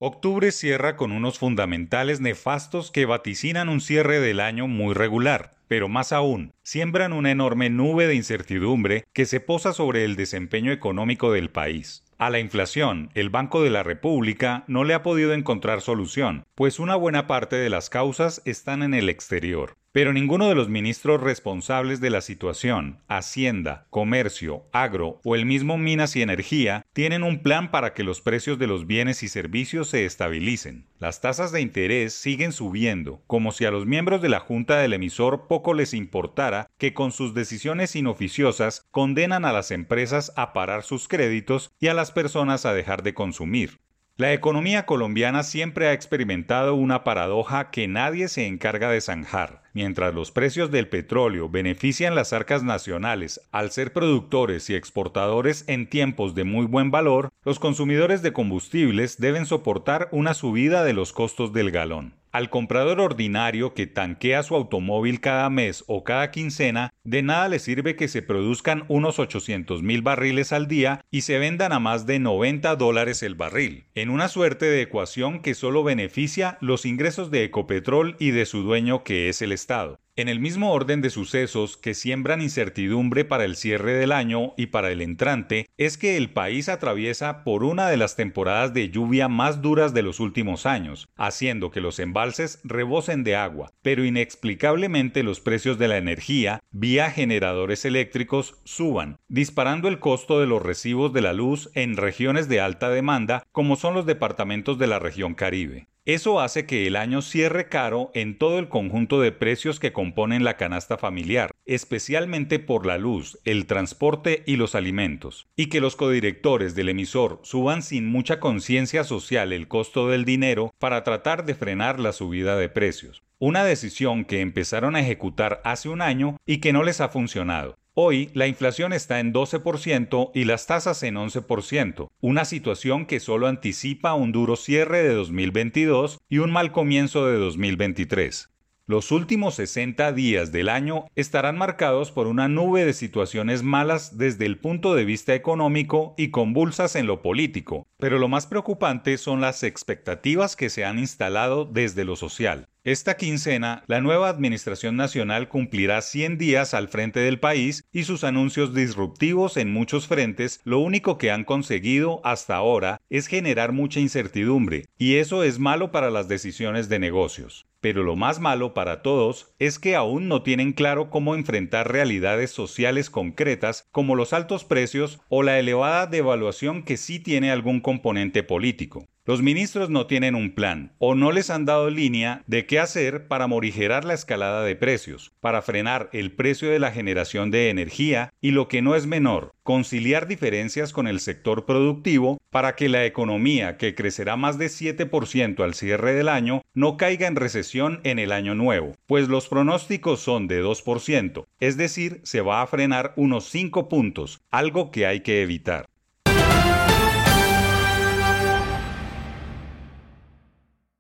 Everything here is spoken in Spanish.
Octubre cierra con unos fundamentales nefastos que vaticinan un cierre del año muy regular, pero más aún, siembran una enorme nube de incertidumbre que se posa sobre el desempeño económico del país. A la inflación, el Banco de la República no le ha podido encontrar solución, pues una buena parte de las causas están en el exterior. Pero ninguno de los ministros responsables de la situación, Hacienda, Comercio, Agro o el mismo Minas y Energía, tienen un plan para que los precios de los bienes y servicios se estabilicen. Las tasas de interés siguen subiendo, como si a los miembros de la Junta del emisor poco les importara que con sus decisiones inoficiosas condenan a las empresas a parar sus créditos y a las personas a dejar de consumir. La economía colombiana siempre ha experimentado una paradoja que nadie se encarga de zanjar. Mientras los precios del petróleo benefician las arcas nacionales al ser productores y exportadores en tiempos de muy buen valor, los consumidores de combustibles deben soportar una subida de los costos del galón. Al comprador ordinario que tanquea su automóvil cada mes o cada quincena, de nada le sirve que se produzcan unos 800.000 barriles al día y se vendan a más de $90 el barril, en una suerte de ecuación que solo beneficia los ingresos de Ecopetrol y de su dueño que es el Estado. En el mismo orden de sucesos que siembran incertidumbre para el cierre del año y para el entrante, es que el país atraviesa por una de las temporadas de lluvia más duras de los últimos años, haciendo que los embalses rebosen de agua, pero inexplicablemente los precios de la energía, vía generadores eléctricos, suban, disparando el costo de los recibos de la luz en regiones de alta demanda, como son los departamentos de la región Caribe. Eso hace que el año cierre caro en todo el conjunto de precios que componen la canasta familiar, especialmente por la luz, el transporte y los alimentos, y que los codirectores del emisor suban sin mucha conciencia social el costo del dinero para tratar de frenar la subida de precios. Una decisión que empezaron a ejecutar hace un año y que no les ha funcionado. Hoy la inflación está en 12% y las tasas en 11%, una situación que solo anticipa un duro cierre de 2022 y un mal comienzo de 2023. Los últimos 60 días del año estarán marcados por una nube de situaciones malas desde el punto de vista económico y convulsas en lo político, pero lo más preocupante son las expectativas que se han instalado desde lo social. Esta quincena, la nueva Administración Nacional cumplirá 100 días al frente del país y sus anuncios disruptivos en muchos frentes lo único que han conseguido hasta ahora es generar mucha incertidumbre, y eso es malo para las decisiones de negocios. Pero lo más malo para todos es que aún no tienen claro cómo enfrentar realidades sociales concretas como los altos precios o la elevada devaluación que sí tiene algún componente político. Los ministros no tienen un plan o no les han dado línea de qué hacer para morigerar la escalada de precios, para frenar el precio de la generación de energía y, lo que no es menor, conciliar diferencias con el sector productivo para que la economía, que crecerá más de 7% al cierre del año, no caiga en recesión en el año nuevo, pues los pronósticos son de 2%, es decir, se va a frenar unos 5 puntos, algo que hay que evitar.